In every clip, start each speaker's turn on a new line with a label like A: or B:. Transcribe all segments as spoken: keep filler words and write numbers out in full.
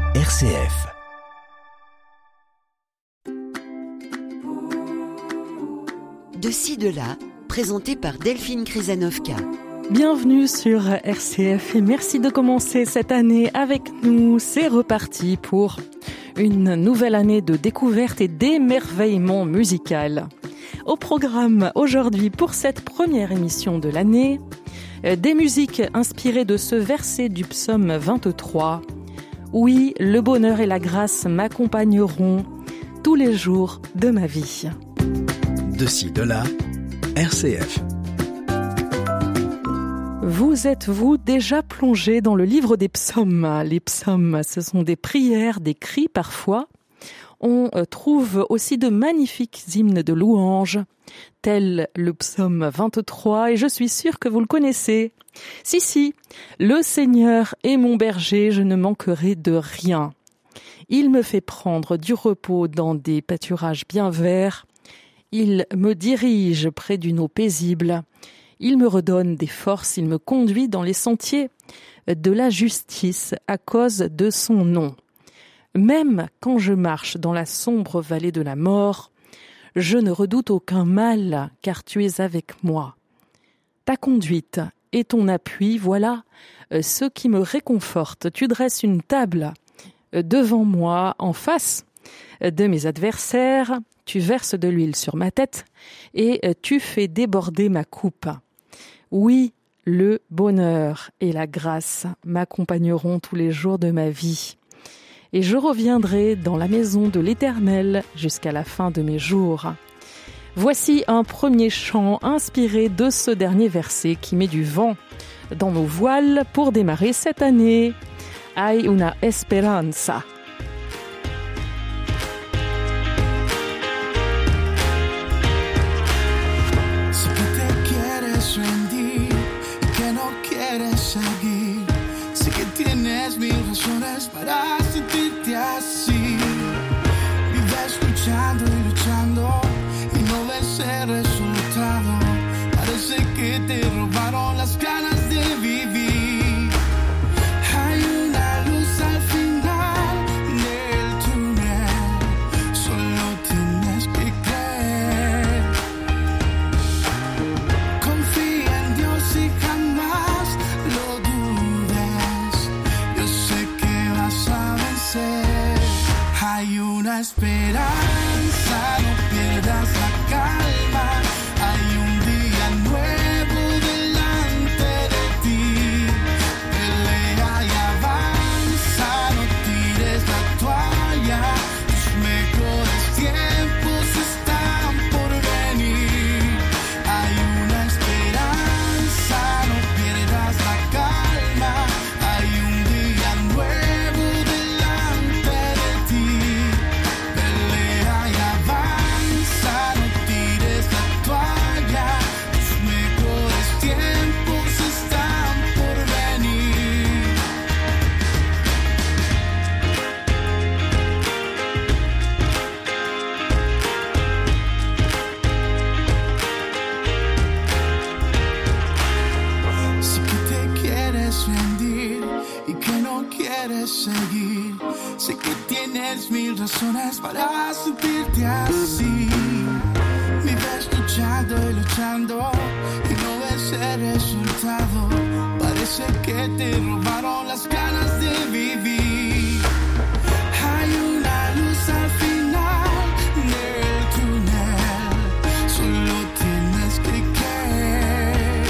A: R C F.
B: De ci, de là, présenté par Delphine Krizanovka.
C: Bienvenue sur R C F et merci de commencer cette année avec nous. C'est reparti pour une nouvelle année de découverte et d'émerveillement musical. Au programme aujourd'hui pour cette première émission de l'année, des musiques inspirées de ce verset du psaume vingt-trois. Oui, le bonheur et la grâce m'accompagneront tous les jours de ma vie.
A: De ci, de là, R C F.
C: Vous êtes-vous déjà plongé dans le livre des psaumes ? Les psaumes, ce sont des prières, des cris parfois. On trouve aussi de magnifiques hymnes de louanges, tels le psaume vingt-trois, et je suis sûre que vous le connaissez. Si, si, le Seigneur est mon berger, je ne manquerai de rien. Il me fait prendre du repos dans des pâturages bien verts. Il me dirige près d'une eau paisible. Il me redonne des forces, il me conduit dans les sentiers de la justice à cause de son nom. Même quand je marche dans la sombre vallée de la mort, je ne redoute aucun mal, car tu es avec moi. Ta conduite et ton appui, voilà ce qui me réconforte. Tu dresses une table devant moi, en face de mes adversaires. Tu verses de l'huile sur ma tête et tu fais déborder ma coupe. Oui, le bonheur et la grâce m'accompagneront tous les jours de ma vie. Et je reviendrai dans la maison de l'Éternel jusqu'à la fin de mes jours. Voici un premier chant inspiré de ce dernier verset qui met du vent dans nos voiles pour démarrer cette année. Hay una esperanza.
D: Seguir. Sé que tienes mil razones para sentirte así. Vives luchando y luchando y no ves el resultado. Parece que te robaron las ganas de vivir. Hay una luz al final del túnel. Solo tienes que creer. Confía en Dios y jamás lo dudes, yo sé que vas a vencer. Hay una esperanza, no pierdas la calma. Hay un día nuevo delante de ti. Pelea y avanza, no tires la toalla. Tus mejores tiempos están por venir. Hay una esperanza, no pierdas la calma. Hay un día nuevo delante de ti. Pelea y avanza, no tires la toalla. Tus mejores tiempos están por venir. Sé que te quieres rendir y que no quieres seguir. Sé que tienes mil razones para sentirte así. Vives luchando y luchando y no ves el resultado. Parece que te robaron las ganas de vivir. Hay una luz al final del túnel. Solo tienes que creer.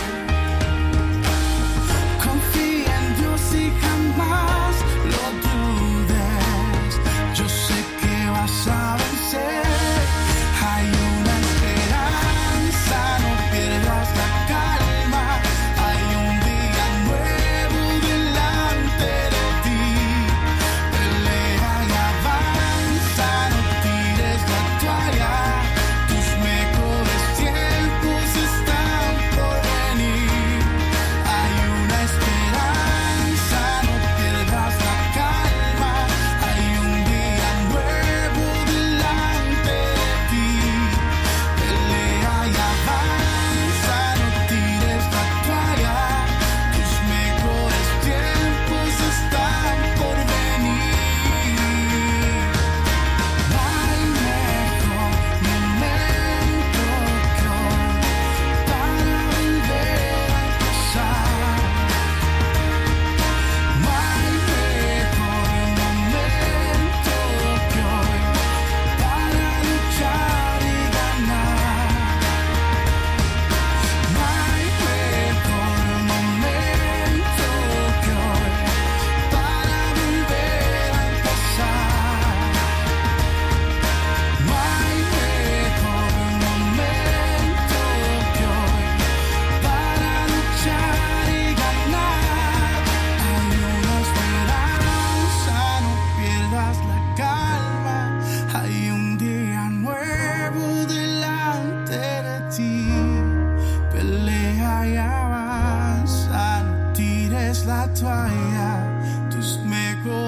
D: Confía en Dios y jamás lo dudes. Yo sé que vas a vencer. Hay una esperanza, no pierdas la calma. Hay un día nuevo delante de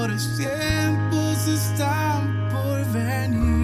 D: mejores tiempos están por venir.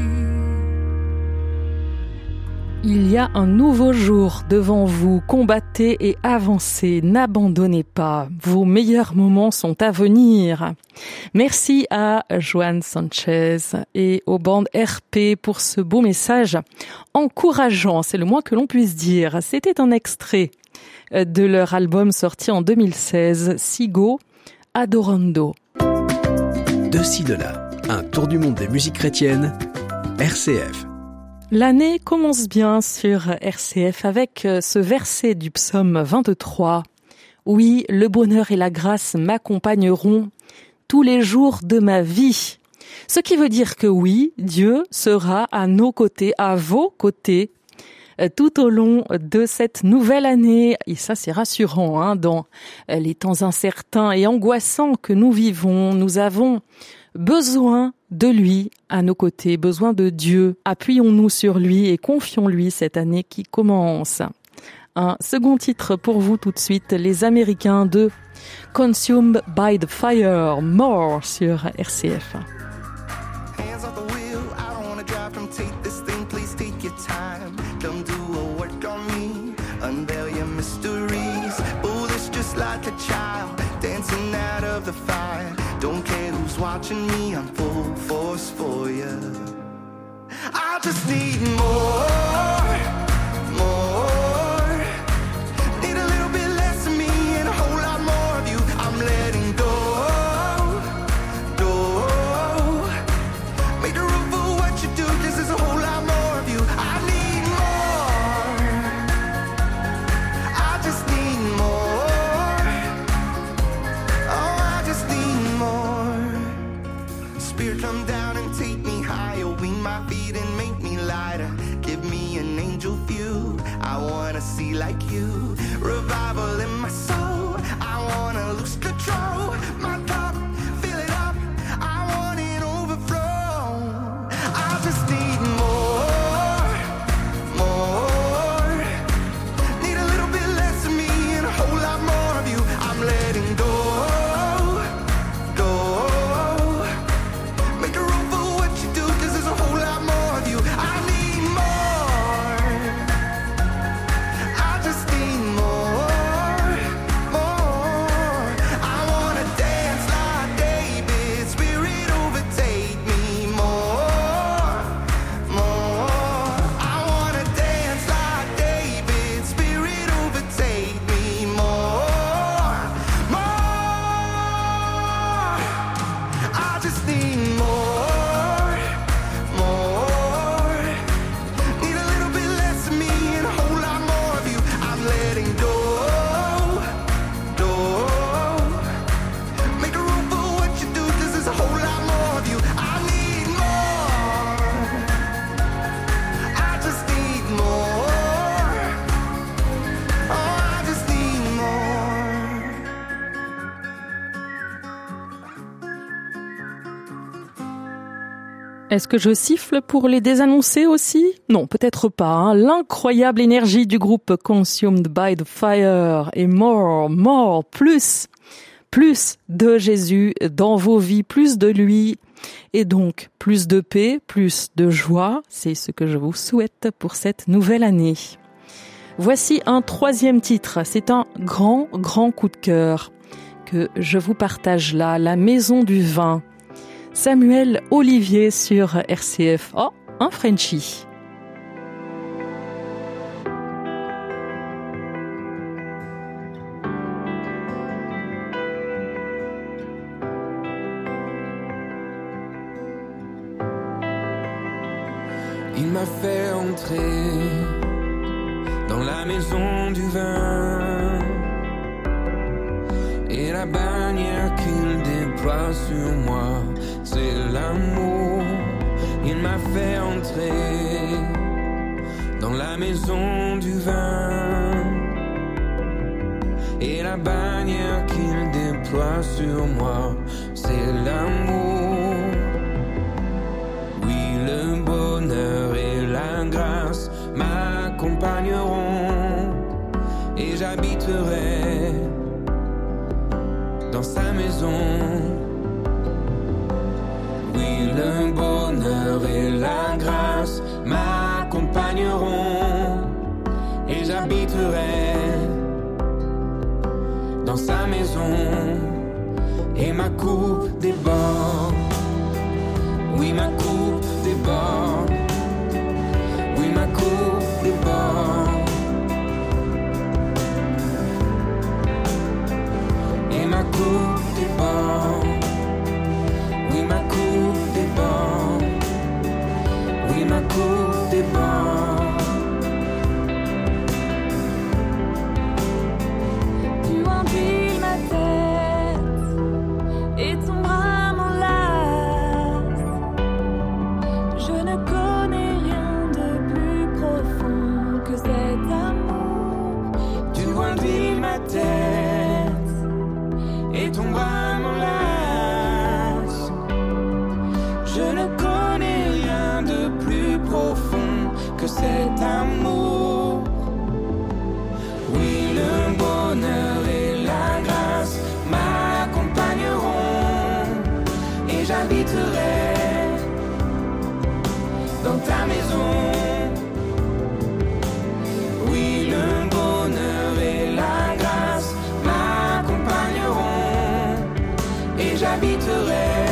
C: Il y a un nouveau jour devant vous. Combattez et avancez. N'abandonnez pas. Vos meilleurs moments sont à venir. Merci à Joan Sanchez et aux bandes R P pour ce beau message encourageant. C'est le moins que l'on puisse dire. C'était un extrait de leur album sorti en deux mille seize, Sigo Adorando.
A: De ci, de là, un tour du monde des musiques chrétiennes, R C F.
C: L'année commence bien sur R C F avec ce verset du psaume vingt-trois. Oui, le bonheur et la grâce m'accompagneront tous les jours de ma vie. Ce qui veut dire que oui, Dieu sera à nos côtés, à vos côtés, tout au long de cette nouvelle année. Et ça, c'est rassurant, hein, dans les temps incertains et angoissants que nous vivons. Nous avons besoin de lui à nos côtés, besoin de Dieu. Appuyons-nous sur lui et confions-lui cette année qui commence. Un second titre pour vous tout de suite, les Américains de Consumed by the Fire, More sur R C F.
E: Hands off the wheel, I don't wanna drive, come take this thing, please take your time. Don't do a work on me, unveil your mysteries. Oh, this just like a child, dancing out of the fire. Don't care who's watching me, I'm full force for you. I just need more, more. Need a little bit less of me and a whole lot more of you. I'm letting go, go. Make the room for what you do, 'cause there's a whole lot more of you. I need more, I just need more. Oh, I just need more. Spirit, come down and take me higher. Wing my feet and make me lighter. Give me an angel view. I wanna see like you. Revival in my soul. I wanna lose control. My cup, fill it up. I want it overflow. I just need more, more. Need a little bit less of me and a whole lot more of you. I'm letting go, go. Make a room for what you do, 'cause there's a whole lot more of you. I need more, I just need more, more. I wanna dance like David, spirit overtake me more, more. I wanna dance like David, spirit overtake me more, more. I just need more, more. Need a little bit less of me and a whole lot more of you. I'm letting go, go. Make a room for what you do, 'cause there's a whole lot more of you. I need more, I just need more. Oh, I just need more.
C: Est-ce que je siffle pour les désannoncer aussi ? Non, peut-être pas. Hein. L'incroyable énergie du groupe Consumed by the Fire et more, more, plus, plus de Jésus dans vos vies, plus de lui et donc plus de paix, plus de joie. C'est ce que je vous souhaite pour cette nouvelle année. Voici un troisième titre. C'est un grand, grand coup de cœur que je vous partage là, La Maison du Vin. Samuel Olivier sur R C F. Oh, un Frenchie.
F: Il m'a fait entrer dans la maison du vin et la bannière qu'il déploie sur moi, c'est l'amour. Il m'a fait entrer dans la maison du vin et la bannière qu'il déploie sur moi, c'est l'amour. Oui, le bonheur et la grâce m'accompagneront et j'habiterai dans sa maison. le bonheur et la grâce m'accompagneront et j'habiterai dans sa maison et ma coupe déborde. Oui, ma coupe déborde. Oui, ma coupe déborde. Et ma coupe déborde. Oui, ma coupe déborde. Oui, ma coupe déborde.
G: Tu empiles ma tête et ton bras m'enlace. Je ne connais rien de plus profond que cet amour.
F: Tu empiles ma tête et ton bras m'enlace. Je ne connais rien de plus profond que cet amour. Oui, le bonheur et la grâce m'accompagneront et j'habiterai dans ta maison. Oui, le bonheur et la grâce m'accompagneront et j'habiterai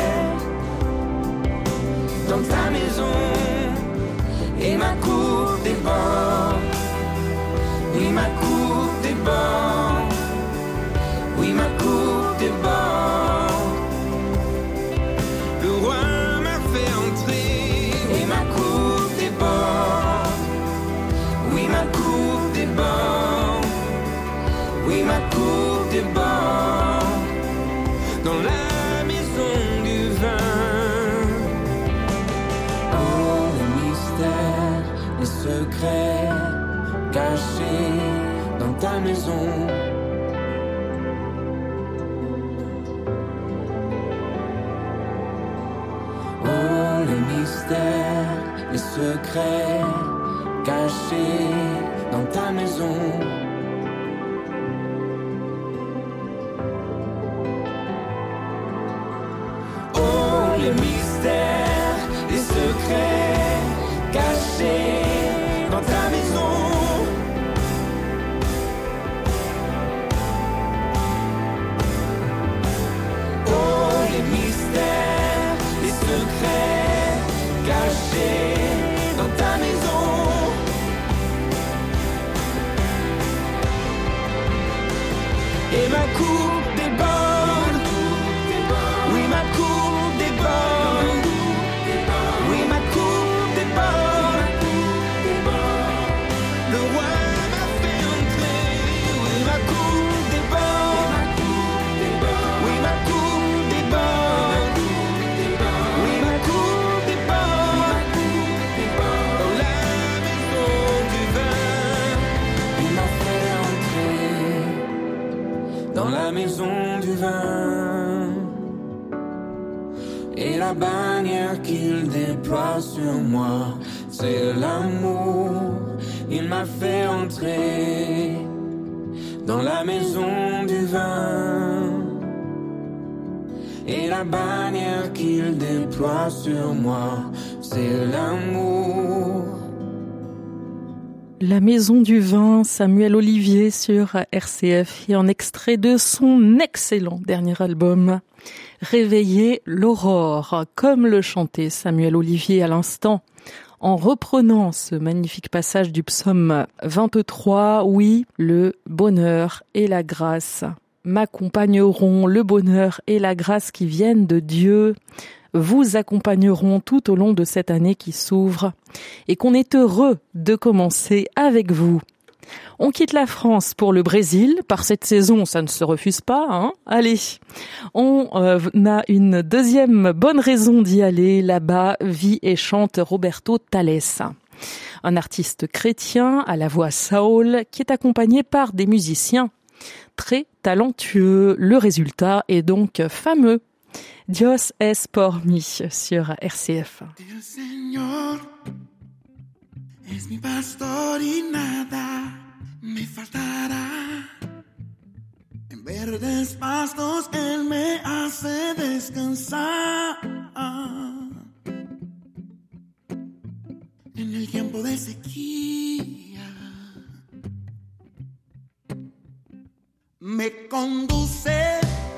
F: dans ta maison. Et ma coupe déborde. Oui, ma coupe déborde. Oui, ma coupe déborde. Le roi m'a fait entrer. Et ma coupe déborde. Oui, ma coupe déborde. Oui, ma coupe déborde. Dans la maison du vin. Oh, le mystère, les secrets cachés dans ta maison. Oh, les mystères, les secrets cachés dans ta maison. Oh, les mystères, les secrets cachés dans ta maison. Oh, les mystères, les secrets cachés dans ta maison. Et ma coupe déborde. Oui, ma coupe déborde. Oui, ma coupe déborde. Le roi m'a fait entrer. Oui, ma coupe déborde. Oui, ma coupe déborde. Oui, ma coupe déborde. Dans la maison du vin, il m'a fait entrer. Dans la maison du vin. Et la bannière qu'il déploie sur moi, c'est l'amour. Il m'a fait entrer dans la maison du vin. Et la bannière qu'il déploie sur moi, c'est l'amour.
C: La Maison du Vin, Samuel Olivier sur R C F et en extrait de son excellent dernier album, Réveiller l'aurore, comme le chantait Samuel Olivier à l'instant, en reprenant ce magnifique passage du psaume vingt-trois, oui, le bonheur et la grâce m'accompagneront, le bonheur et la grâce qui viennent de Dieu vous accompagneront tout au long de cette année qui s'ouvre et qu'on est heureux de commencer avec vous. On quitte la France pour le Brésil. Par cette saison, ça ne se refuse pas, hein. Allez, on euh, a une deuxième bonne raison d'y aller. Là-bas vit et chante Roberto Tales, un artiste chrétien à la voix Saul qui est accompagné par des musiciens très talentueux. Le résultat est donc fameux. Dios es por mí sur R C F.
D: El Señor es mi pastor y nada me faltará. En verdes pastos Él me hace descansar. el tiempo de sequía me conduce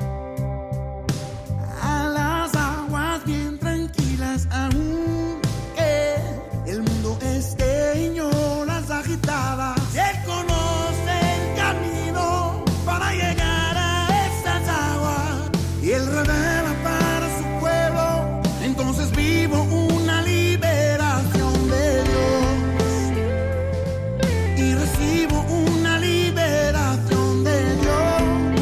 D: a las aguas bien tranquilas, aunque el mundo esté en olas agitadas. Él conoce el camino para llegar a esas aguas y Él revela para su pueblo. Entonces vivo una liberación de Dios y recibo una liberación de Dios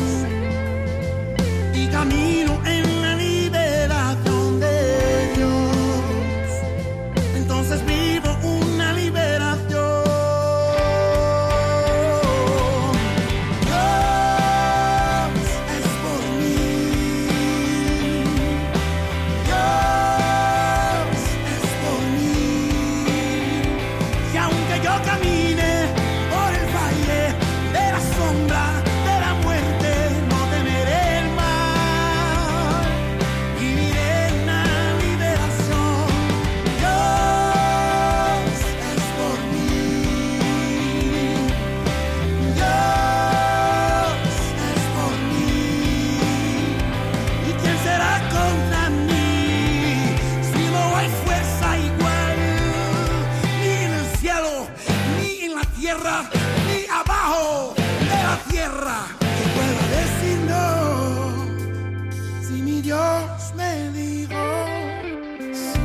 D: y camino en la liberación de Dios. Entonces vivo una liberación. Dios es por mí. Dios es por mí. Y aunque yo camine por el valle de la sombra de la muerte, no temeré el mal, viviré en la liberación. Dios es por mí. Dios es por mí. ¿Y quién será contra mí? Si no hay fuerza igual, ni en el cielo, ni en la tierra, ni abajo de la tierra, que pueda decir no. Si mi Dios me dijo sí.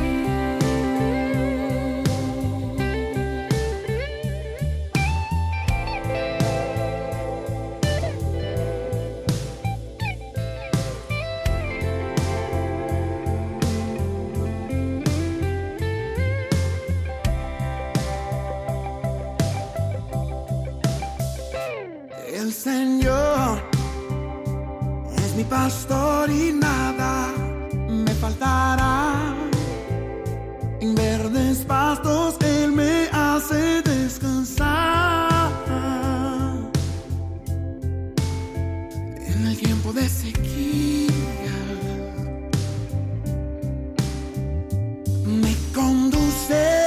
D: El Señor es mi pastor y nada me faltará. En verdes pastos Él me hace descansar. En el tiempo de sequía me conduce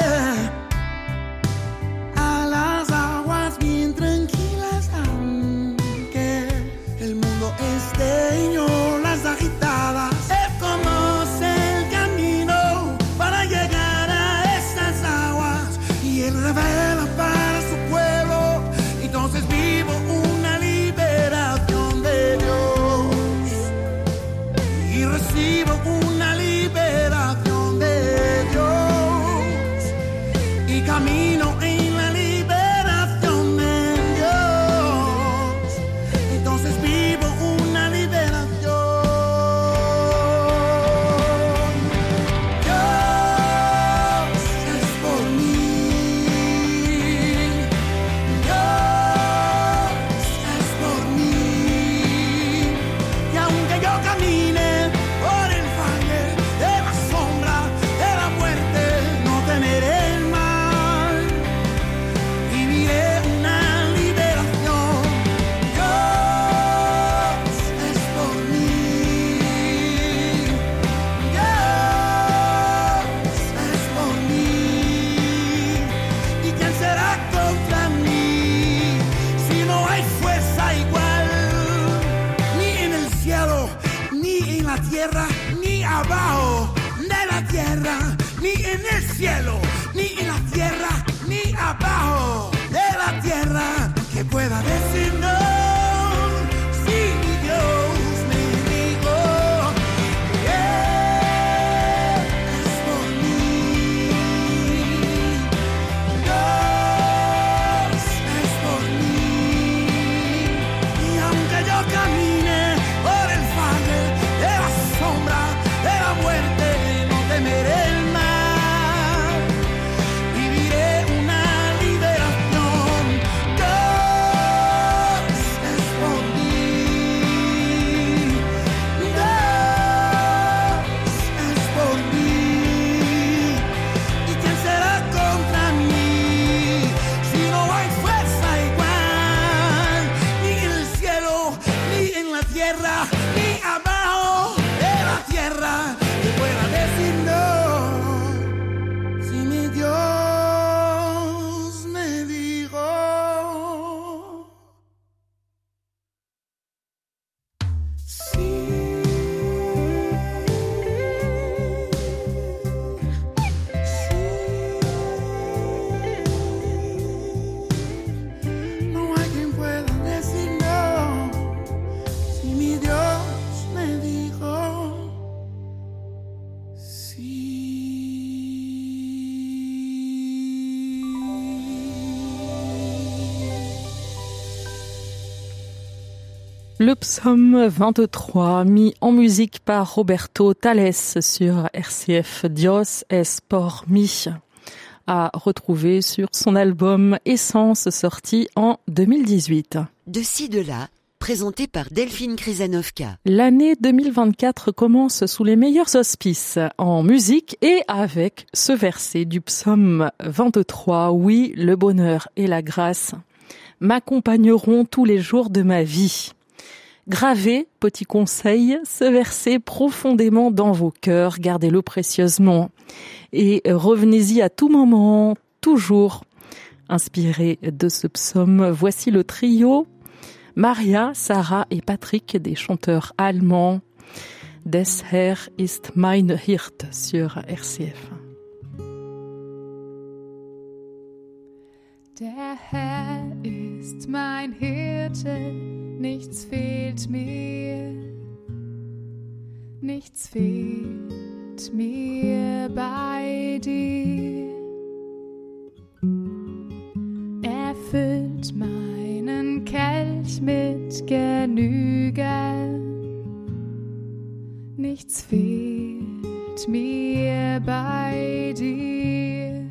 D: a las aguas bien tranquilas, aunque el mundo esté en olas agitadas. Él conoce el camino para llegar a esas aguas y Él revela para su pueblo. Entonces vivo una liberación de Dios y recibo una liberación de Dios y camino en la liberación de Dios. Entonces vivo una liberación. Dios es por mí. Dios es por mí. Y aunque yo camine por el valle de la sombra de la muerte, no temeré el mal, viviré una liberación. Dios es por mí. Dios es por mí. ¿Y quién será contra mí? Si no hay fuerza igual, ni en el cielo, ni en la tierra, ni abajo de la tierra, ni en el cielo, ni en la tierra, ni abajo de la tierra, que pueda decir no. Si Dios me dijo Él es por mí. Dios es por mí. Y aunque yo camine por el valle de la sombra de la muerte, no temeré el mal, viviré una liberación. Dios
C: Le psaume vingt-trois, mis en musique par Roberto Tales sur R C F, Dios es por mí, à retrouver sur son album Essence, sorti en deux mille dix-huit.
B: De ci, de là, présenté par Delphine Krizanovka.
C: L'année deux mille vingt-quatre commence sous les meilleurs auspices en musique et avec ce verset du psaume vingt-trois. Oui, le bonheur et la grâce m'accompagneront tous les jours de ma vie. Gravez, petit conseil, ce verset profondément dans vos cœurs, gardez-le précieusement et revenez-y à tout moment, toujours. Inspiré de ce psaume, voici le trio Maria, Sarah et Patrick, des chanteurs allemands. Des Herr ist mein Hirt sur R C F.
G: Der Herr ist mein Hirte, nichts fehlt mir, nichts fehlt mir bei dir. Er füllt meinen Kelch mit Genüge, nichts fehlt mir bei dir.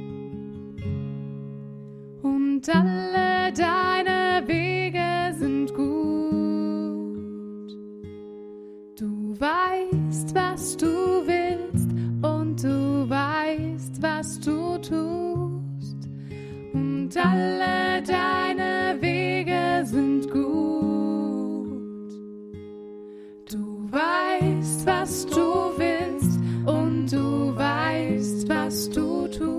G: Und alle deine Wege sind gut. Du weißt, was du willst und du weißt, was du tust. Und alle deine Wege sind gut. Du weißt, was du willst und du weißt, was du tust.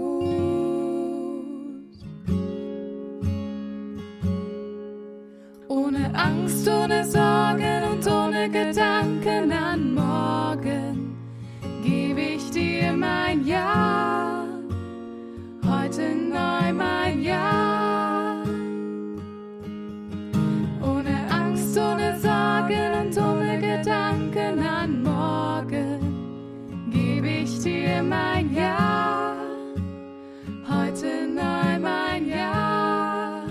G: Ohne Angst, ohne Sorgen und ohne Gedanken an morgen gebe ich dir mein Ja, heute neu mein Ja. Ohne Angst, ohne Sorgen und ohne Gedanken an morgen gebe ich dir mein Ja, heute neu mein Ja.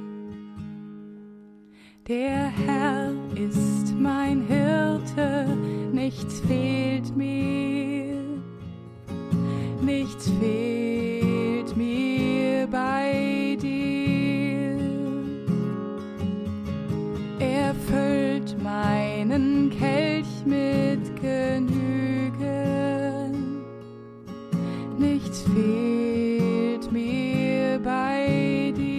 G: Der Herr ist mein Hirte, nichts fehlt mir, nichts fehlt mir bei dir. Er füllt meinen Kelch mit Genügen, nichts fehlt mir bei dir.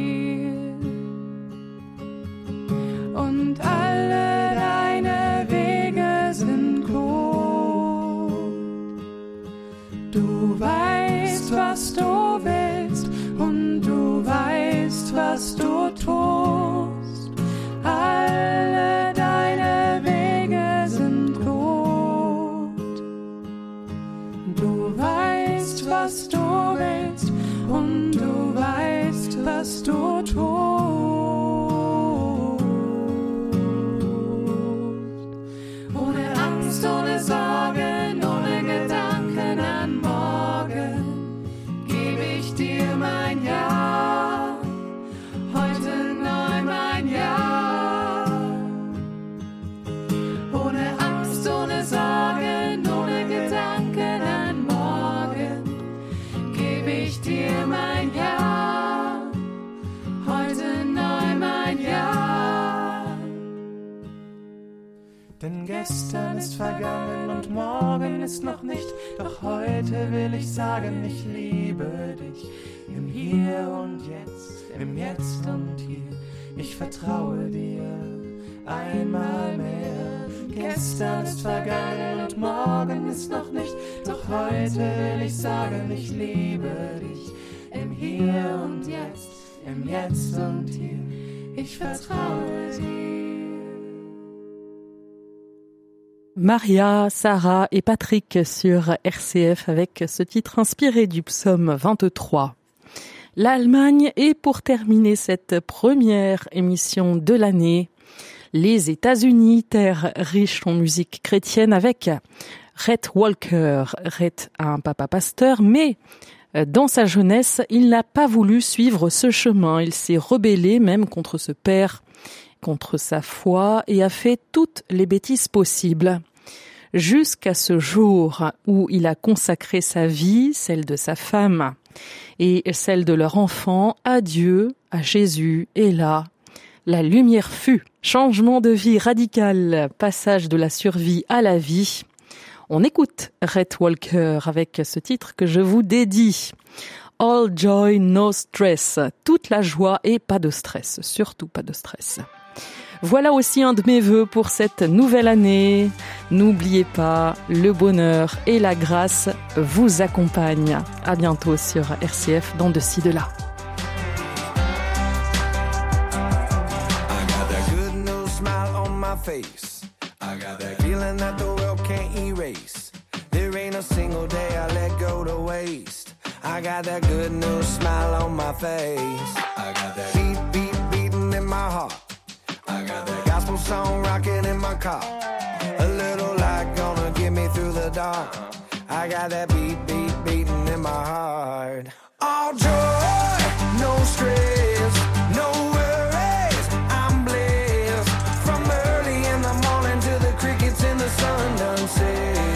G: Und alle deine Wege sind gut. Du weißt, was du willst und du weißt, was du tust. Alle deine Wege sind gut. Du weißt, was du willst und du weißt, was du tust. Ohne Sorgen, ohne Gedanken an morgen gebe ich dir mein Ja, heute neu mein Ja. Ohne Angst, ohne Sorgen, ohne Gedanken an morgen gebe ich dir mein Ja, heute neu mein Ja.
E: Denn gestern ist vergangen und morgen ist noch nicht. Doch heute will ich sagen, ich liebe dich. Im Hier und Jetzt, im Jetzt und Hier. Ich vertraue dir einmal mehr. Gestern ist vergangen und morgen ist noch nicht. Doch heute will ich sagen, ich liebe dich. Im Hier und Jetzt, im Jetzt und Hier. Ich vertraue dir.
C: Maria, Sarah et Patrick sur R C F avec ce titre inspiré du psaume vingt-trois. L'Allemagne et pour terminer cette première émission de l'année, les États-Unis, terre riche en musique chrétienne avec Rhett Walker. Rhett a un papa pasteur, mais dans sa jeunesse, il n'a pas voulu suivre ce chemin. Il s'est rebellé même contre ce père contre sa foi et a fait toutes les bêtises possibles. Jusqu'à ce jour où il a consacré sa vie, celle de sa femme et celle de leur enfant, à Dieu, à Jésus, et là, la lumière fut. Changement de vie radical, passage de la survie à la vie. On écoute Rhett Walker avec ce titre que je vous dédie. All joy, no stress. Toute la joie et pas de stress. Surtout pas de stress. Voilà aussi un de mes vœux pour cette nouvelle année. N'oubliez pas, le bonheur et la grâce vous accompagnent. À bientôt sur R C F dans De ci, de là.
H: Face. I got that feeling that the world can't erase. There ain't a single day I let go to waste. I got that good news smile on my face. I got that beat, beat, beating in my heart. I got that gospel song rocking in my car. A little light gonna get me through the dark. I got that beat, beat, beating in my heart. All joy, no stress, no worries, I'm blessed. From early in the morning to the crickets in the sun done set.